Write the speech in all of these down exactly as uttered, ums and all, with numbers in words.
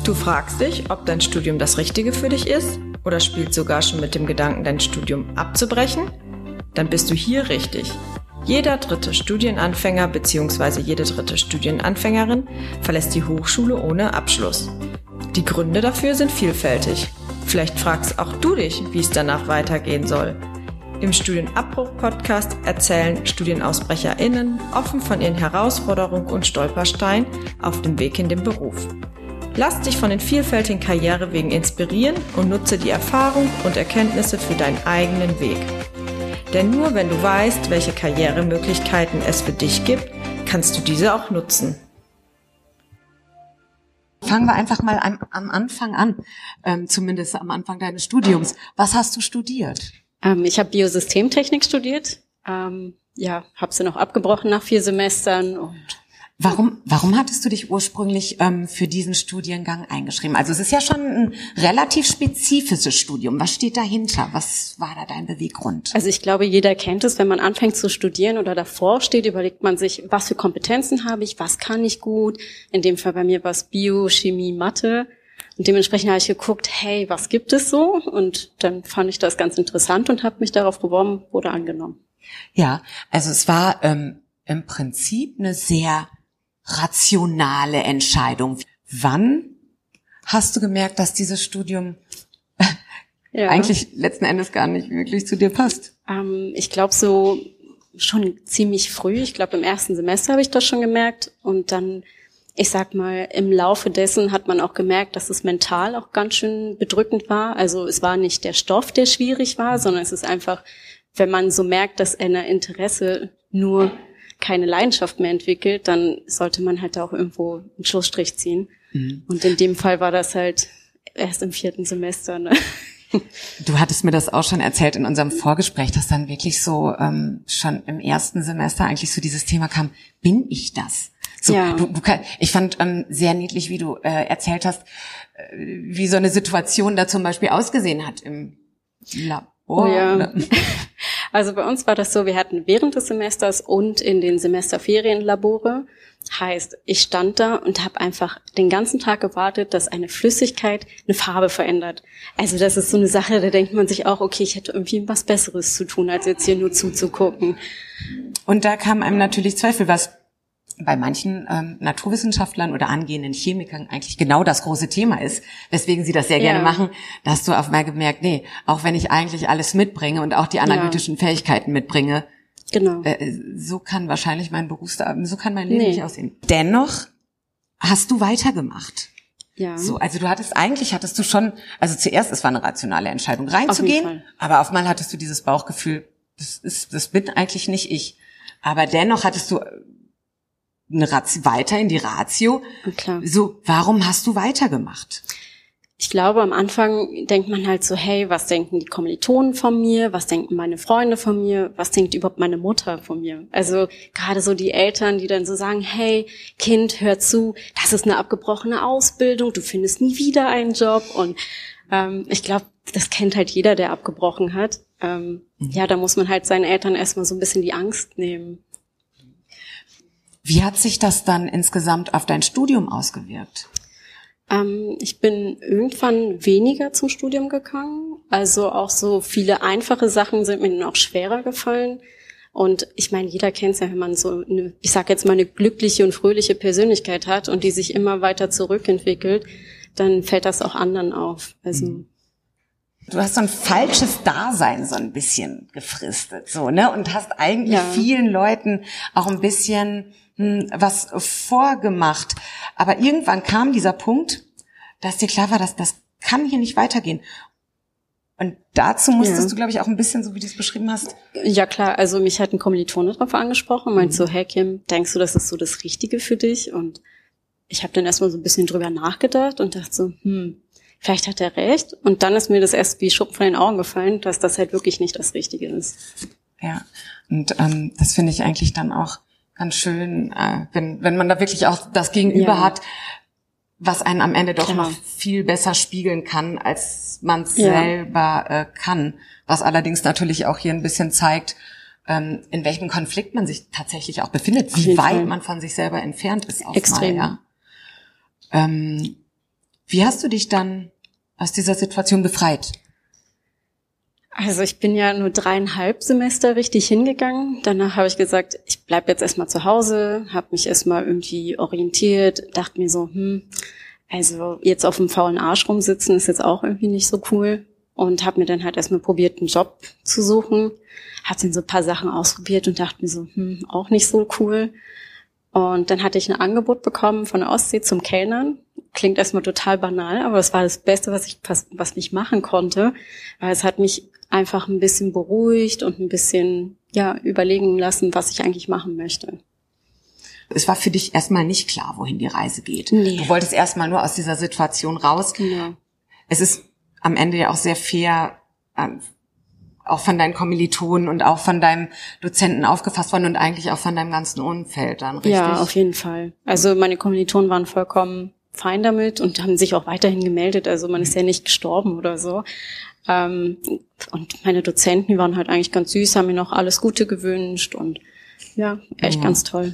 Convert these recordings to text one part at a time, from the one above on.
Du fragst dich, ob dein Studium das Richtige für dich ist oder spielst sogar schon mit dem Gedanken, dein Studium abzubrechen? Dann bist du hier richtig. Jeder dritte Studienanfänger bzw. jede dritte Studienanfängerin verlässt die Hochschule ohne Abschluss. Die Gründe dafür sind vielfältig. Vielleicht fragst auch du dich, wie es danach weitergehen soll. Im Studienabbruch-Podcast erzählen StudienausbrecherInnen offen von ihren Herausforderungen und Stolpersteinen auf dem Weg in den Beruf. Lass dich von den vielfältigen Karrierewegen inspirieren und nutze die Erfahrung und Erkenntnisse für deinen eigenen Weg. Denn nur wenn du weißt, welche Karrieremöglichkeiten es für dich gibt, kannst du diese auch nutzen. Fangen wir einfach mal am, am Anfang an, ähm, zumindest am Anfang deines Studiums. Was hast du studiert? Ähm, ich habe Biosystemtechnik studiert. Ähm, ja, habe sie noch abgebrochen nach vier Semestern. Und Warum, warum hattest du dich ursprünglich ähm, für diesen Studiengang eingeschrieben? Also es ist ja schon ein relativ spezifisches Studium. Was steht dahinter? Was war da dein Beweggrund? Also ich glaube, jeder kennt es, wenn man anfängt zu studieren oder davor steht, überlegt man sich, was für Kompetenzen habe ich, was kann ich gut. In dem Fall bei mir war es Bio, Chemie, Mathe. Und dementsprechend habe ich geguckt, hey, was gibt es so? Und dann fand ich das ganz interessant und habe mich darauf beworben, wurde angenommen. Ja, also es war ähm, im Prinzip eine sehr rationale Entscheidung. Wann hast du gemerkt, dass dieses Studium ja. eigentlich letzten Endes gar nicht wirklich zu dir passt? Ähm, ich glaube so schon ziemlich früh. Ich glaube im ersten Semester habe ich das schon gemerkt. Und dann, ich sag mal, im Laufe dessen hat man auch gemerkt, dass es mental auch ganz schön bedrückend war. Also es war nicht der Stoff, der schwierig war, sondern es ist einfach, wenn man so merkt, dass ein Interesse nur keine Leidenschaft mehr entwickelt, dann sollte man halt auch irgendwo einen Schlussstrich ziehen. Mhm. Und in dem Fall war das halt erst im vierten Semester. Ne? Du hattest mir das auch schon erzählt in unserem Vorgespräch, dass dann wirklich so ähm, schon im ersten Semester eigentlich so dieses Thema kam, bin ich das? So, ja. du, du kann, ich fand ähm, sehr niedlich, wie du äh, erzählt hast, äh, wie so eine Situation da zum Beispiel ausgesehen hat im Labor. Oh ja. Also bei uns war das so, wir hatten während des Semesters und in den Semesterferien Labore. Heißt, ich stand da und habe einfach den ganzen Tag gewartet, dass eine Flüssigkeit eine Farbe verändert. Also das ist so eine Sache, da denkt man sich auch, okay, ich hätte irgendwie was Besseres zu tun, als jetzt hier nur zuzugucken. Und da kamen einem natürlich Zweifel, was bei manchen ähm, Naturwissenschaftlern oder angehenden Chemikern eigentlich genau das große Thema ist, weswegen sie das sehr gerne ja. machen. Da hast du auf einmal gemerkt, nee, auch wenn ich eigentlich alles mitbringe und auch die analytischen ja. Fähigkeiten mitbringe, genau. äh, so kann wahrscheinlich mein Berufsabend, so kann mein Leben nee. nicht aussehen. Dennoch hast du weitergemacht. Ja. So, also du hattest eigentlich hattest du schon, also zuerst, es war eine rationale Entscheidung reinzugehen, aber auf einmal hattest du dieses Bauchgefühl, das ist, das bin eigentlich nicht ich. Aber dennoch hattest du eine Ratio, weiter in die Ratio. Klar. So, warum hast du weitergemacht? Ich glaube, am Anfang denkt man halt so, hey, was denken die Kommilitonen von mir? Was denken meine Freunde von mir? Was denkt überhaupt meine Mutter von mir? Also gerade so die Eltern, die dann so sagen, hey, Kind, hör zu, das ist eine abgebrochene Ausbildung, du findest nie wieder einen Job. Und ähm, ich glaube, das kennt halt jeder, der abgebrochen hat. Ähm, mhm. Ja, da muss man halt seinen Eltern erstmal so ein bisschen die Angst nehmen. Wie hat sich das dann insgesamt auf dein Studium ausgewirkt? Ähm, ich bin irgendwann weniger zum Studium gegangen. Also auch so viele einfache Sachen sind mir dann auch schwerer gefallen. Und ich meine, jeder kennt es ja, wenn man so eine, ich sag jetzt mal, eine glückliche und fröhliche Persönlichkeit hat und die sich immer weiter zurückentwickelt, dann fällt das auch anderen auf. Also du hast so ein falsches Dasein so ein bisschen gefristet, so, ne? Und hast eigentlich ja. vielen Leuten auch ein bisschen hm, was vorgemacht. Aber irgendwann kam dieser Punkt, dass dir klar war, dass das kann hier nicht weitergehen. Und dazu musstest ja. du, glaube ich, auch ein bisschen, so wie du es beschrieben hast. Ja, klar. Also mich hat ein Kommilitone drauf angesprochen, meint mhm. so, hey Kim, denkst du, das ist so das Richtige für dich? Und ich habe dann erstmal so ein bisschen drüber nachgedacht und dachte so, hm, vielleicht hat er recht. Und dann ist mir das erst wie Schuppen von den Augen gefallen, dass das halt wirklich nicht das Richtige ist. Ja, und ähm, das finde ich eigentlich dann auch ganz schön, äh, wenn wenn man da wirklich auch das Gegenüber ja. hat, was einen am Ende doch Klar. noch viel besser spiegeln kann, als man es ja. selber äh, kann. Was allerdings natürlich auch hier ein bisschen zeigt, ähm, in welchem Konflikt man sich tatsächlich auch befindet, wie weit Fall. man von sich selber entfernt ist. Auch Extrem. Mal, ja. ähm, Wie hast du dich dann aus dieser Situation befreit? Also ich bin ja nur dreieinhalb Semester richtig hingegangen. Danach habe ich gesagt, ich bleib jetzt erstmal zu Hause, habe mich erstmal irgendwie orientiert, dachte mir so, hm, also jetzt auf dem faulen Arsch rumsitzen ist jetzt auch irgendwie nicht so cool. Und habe mir dann halt erstmal probiert, einen Job zu suchen. Habe dann so ein paar Sachen ausprobiert und dachte mir so, hm, auch nicht so cool. Und dann hatte ich ein Angebot bekommen von der Ostsee zum Kellnern. Klingt erstmal total banal, aber es war das Beste, was ich was, was ich machen konnte, weil es hat mich einfach ein bisschen beruhigt und ein bisschen ja überlegen lassen, was ich eigentlich machen möchte. Es war für dich erstmal nicht klar, wohin die Reise geht. Nee. Du wolltest erstmal nur aus dieser Situation raus. Genau. Es ist am Ende ja auch sehr fair, ähm, auch von deinen Kommilitonen und auch von deinem Dozenten aufgefasst worden und eigentlich auch von deinem ganzen Umfeld dann, richtig? Ja, auf jeden Fall. Also meine Kommilitonen waren vollkommen fein damit und haben sich auch weiterhin gemeldet. Also man ist ja nicht gestorben oder so. Ähm, und meine Dozenten, die waren halt eigentlich ganz süß, haben mir noch alles Gute gewünscht und ja, echt ja. ganz toll.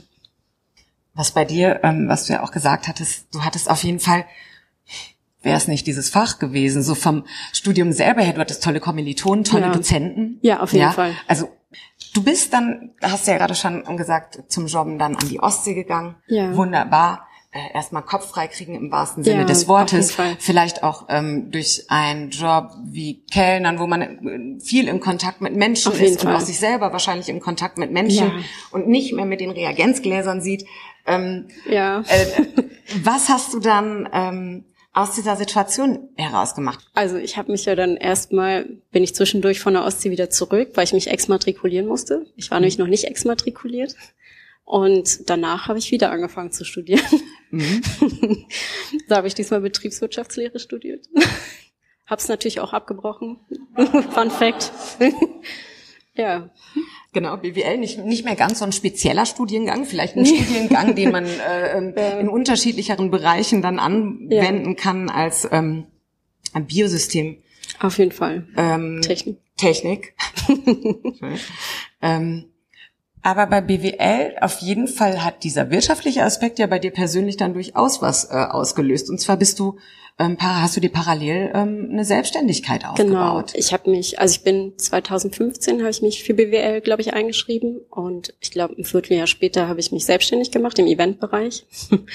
Was bei dir, ähm, was du ja auch gesagt hattest, du hattest auf jeden Fall, wäre es nicht dieses Fach gewesen, so vom Studium selber her, du hattest tolle Kommilitonen, tolle ja. Dozenten. Ja, auf jeden ja? Fall. Also du bist dann, hast du ja gerade schon gesagt, zum Jobben dann an die Ostsee gegangen. Ja. Wunderbar. Äh, erstmal Kopf frei kriegen im wahrsten Sinne ja, des Wortes. Vielleicht auch ähm, durch einen Job wie Kellnern, wo man viel im Kontakt mit Menschen auf ist Fall. und auch sich selber wahrscheinlich im Kontakt mit Menschen ja. und nicht mehr mit den Reagenzgläsern sieht. Ähm, ja. Äh, was hast du dann ähm, aus dieser Situation herausgemacht? Also ich habe mich ja dann erstmal, bin ich zwischendurch von der Ostsee wieder zurück, weil ich mich exmatrikulieren musste. Ich war mhm. nämlich noch nicht exmatrikuliert. Und danach habe ich wieder angefangen zu studieren. Mhm. Da habe ich diesmal Betriebswirtschaftslehre studiert. Hab's natürlich auch abgebrochen. Fun Fact. Ja. Genau, B W L, nicht, nicht mehr ganz so ein spezieller Studiengang, vielleicht ein Studiengang, den man äh, in unterschiedlicheren Bereichen dann anwenden ja. kann als ähm, ein Biosystem. Auf jeden Fall. Ähm, Technik. Technik. ähm, aber bei B W L auf jeden Fall hat dieser wirtschaftliche Aspekt ja bei dir persönlich dann durchaus was äh, ausgelöst. Und zwar bist du, ähm, hast du dir parallel ähm, eine Selbstständigkeit aufgebaut. Genau, ich habe mich, also ich bin zweitausendfünfzehn habe ich mich für B W L, glaube ich, eingeschrieben. Und ich glaube, ein Vierteljahr später habe ich mich selbstständig gemacht im Eventbereich.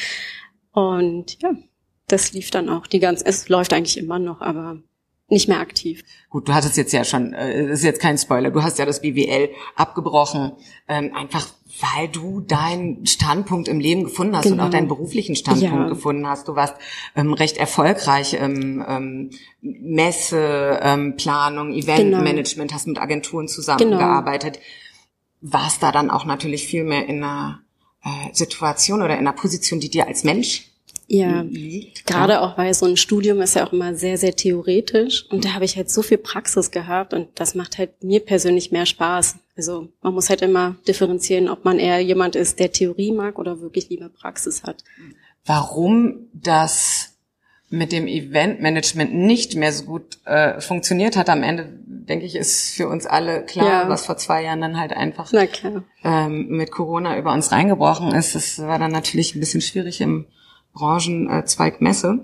Und ja, das lief dann auch die ganze, es läuft eigentlich immer noch, aber nicht mehr aktiv. Gut, du hattest jetzt ja schon, äh, das ist jetzt kein Spoiler, du hast ja das B W L abgebrochen, ähm, einfach weil du deinen Standpunkt im Leben gefunden hast genau. und auch deinen beruflichen Standpunkt ja. gefunden hast. Du warst ähm, recht erfolgreich im ähm, Messe, ähm, Planung, Eventmanagement, genau. hast mit Agenturen zusammengearbeitet. Genau. Warst da dann auch natürlich viel mehr in einer äh, Situation oder in einer Position, die dir als Mensch Ja, gerade ja. auch, weil so ein Studium ist ja auch immer sehr, sehr theoretisch und da habe ich halt so viel Praxis gehabt und das macht halt mir persönlich mehr Spaß. Also man muss halt immer differenzieren, ob man eher jemand ist, der Theorie mag oder wirklich lieber Praxis hat. Warum das mit dem Eventmanagement nicht mehr so gut äh, funktioniert hat am Ende, denke ich, ist für uns alle klar, ja. was vor zwei Jahren dann halt einfach Na klar. Ähm, mit Corona über uns reingebrochen ist. Das war dann natürlich ein bisschen schwierig im Branchenzweig Messe.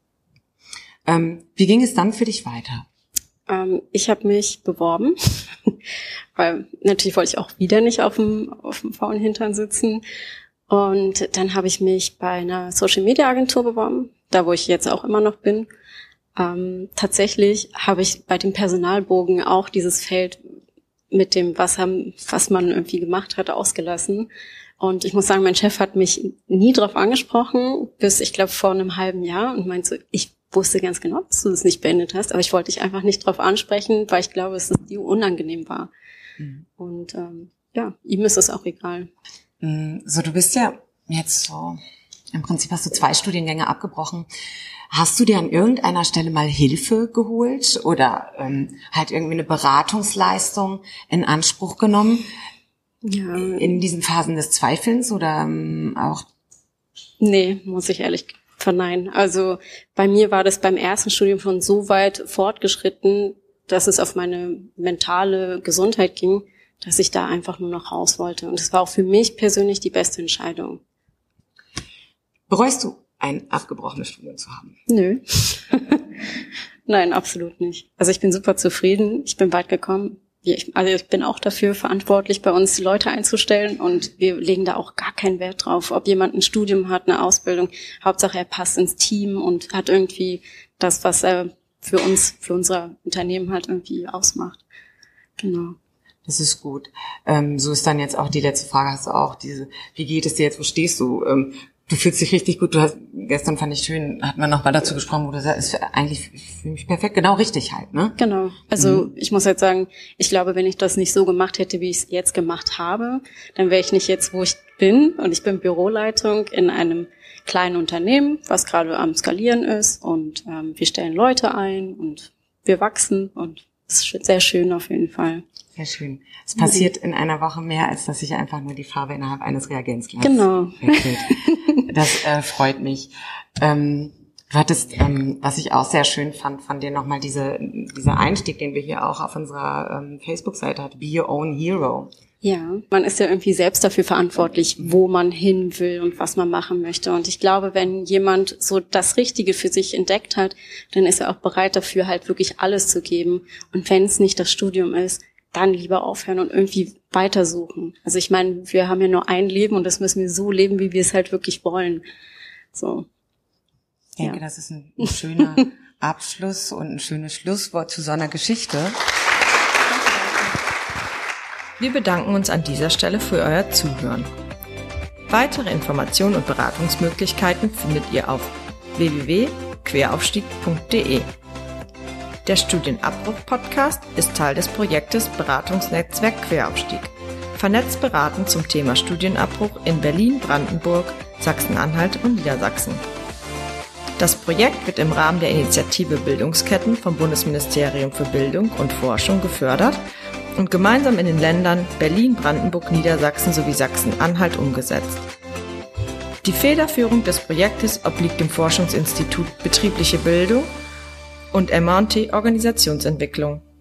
Ähm, wie ging es dann für dich weiter? Ähm, ich habe mich beworben, weil natürlich wollte ich auch wieder nicht auf dem, auf dem faulen Hintern sitzen. Und dann habe ich mich bei einer Social-Media-Agentur beworben, da wo ich jetzt auch immer noch bin. Ähm, tatsächlich habe ich bei dem Personalbogen auch dieses Feld mit dem, was, haben, was man irgendwie gemacht hat, ausgelassen. Und ich muss sagen, mein Chef hat mich nie drauf angesprochen, bis ich glaube vor einem halben Jahr und meinte so, ich wusste ganz genau, dass du das nicht beendet hast, aber ich wollte dich einfach nicht drauf ansprechen, weil ich glaube, dass es dir unangenehm war. Mhm. Und ähm, ja, ihm ist es auch egal. So, du bist ja jetzt so, im Prinzip hast du zwei Studiengänge abgebrochen. Hast du dir an irgendeiner Stelle mal Hilfe geholt oder ähm, halt irgendwie eine Beratungsleistung in Anspruch genommen? Ja. In diesen Phasen des Zweifelns oder ähm, auch? Nee, muss ich ehrlich verneinen. Also bei mir war das beim ersten Studium schon so weit fortgeschritten, dass es auf meine mentale Gesundheit ging, dass ich da einfach nur noch raus wollte. Und es war auch für mich persönlich die beste Entscheidung. Bereust du ein abgebrochenes Studium zu haben? Nö. Nein, absolut nicht. Also ich bin super zufrieden. Ich bin weit gekommen. Also ich bin auch dafür verantwortlich, bei uns Leute einzustellen und wir legen da auch gar keinen Wert drauf, ob jemand ein Studium hat, eine Ausbildung. Hauptsache er passt ins Team und hat irgendwie das, was er für uns, für unser Unternehmen halt irgendwie ausmacht. Genau. Das ist gut. Ähm, so ist dann jetzt auch die letzte Frage, hast du auch diese, wie geht es dir jetzt, wo stehst du? Ähm, Du fühlst dich richtig gut. Du hast, gestern fand ich schön, hatten wir noch mal dazu gesprochen, wo du sagst, ist eigentlich für mich perfekt, genau richtig halt, ne? Genau. Also mhm. ich muss jetzt sagen, ich glaube, wenn ich das nicht so gemacht hätte, wie ich es jetzt gemacht habe, dann wäre ich nicht jetzt, wo ich bin. Und ich bin Büroleitung in einem kleinen Unternehmen, was gerade am Skalieren ist. Und ähm, wir stellen Leute ein und wir wachsen. Und es ist sehr schön auf jeden Fall. Sehr schön. Es passiert in einer Woche mehr, als dass sich einfach nur die Farbe innerhalb eines Reagenzglases genau. wechselt. Das äh, freut mich. Ähm, du hattest, ähm, was ich auch sehr schön fand, von dir nochmal diese, dieser Einstieg, den wir hier auch auf unserer ähm, Facebook-Seite hatten, Be Your Own Hero. Ja, man ist ja irgendwie selbst dafür verantwortlich, wo man hin will und was man machen möchte. Und ich glaube, wenn jemand so das Richtige für sich entdeckt hat, dann ist er auch bereit dafür, halt wirklich alles zu geben. Und wenn es nicht das Studium ist, dann lieber aufhören und irgendwie weitersuchen. Also ich meine, wir haben ja nur ein Leben und das müssen wir so leben, wie wir es halt wirklich wollen. So. Ich denke, ja. Das ist ein, ein schöner Abschluss und ein schönes Schlusswort zu so einer Geschichte. Wir bedanken uns an dieser Stelle für euer Zuhören. Weitere Informationen und Beratungsmöglichkeiten findet ihr auf w w w punkt queraufstieg punkt d e. Der Studienabbruch-Podcast ist Teil des Projektes Beratungsnetzwerk Queraufstieg. Vernetzt beraten zum Thema Studienabbruch in Berlin, Brandenburg, Sachsen-Anhalt und Niedersachsen. Das Projekt wird im Rahmen der Initiative Bildungsketten vom Bundesministerium für Bildung und Forschung gefördert und gemeinsam in den Ländern Berlin, Brandenburg, Niedersachsen sowie Sachsen-Anhalt umgesetzt. Die Federführung des Projektes obliegt dem Forschungsinstitut Betriebliche Bildung und M und T Organisationsentwicklung.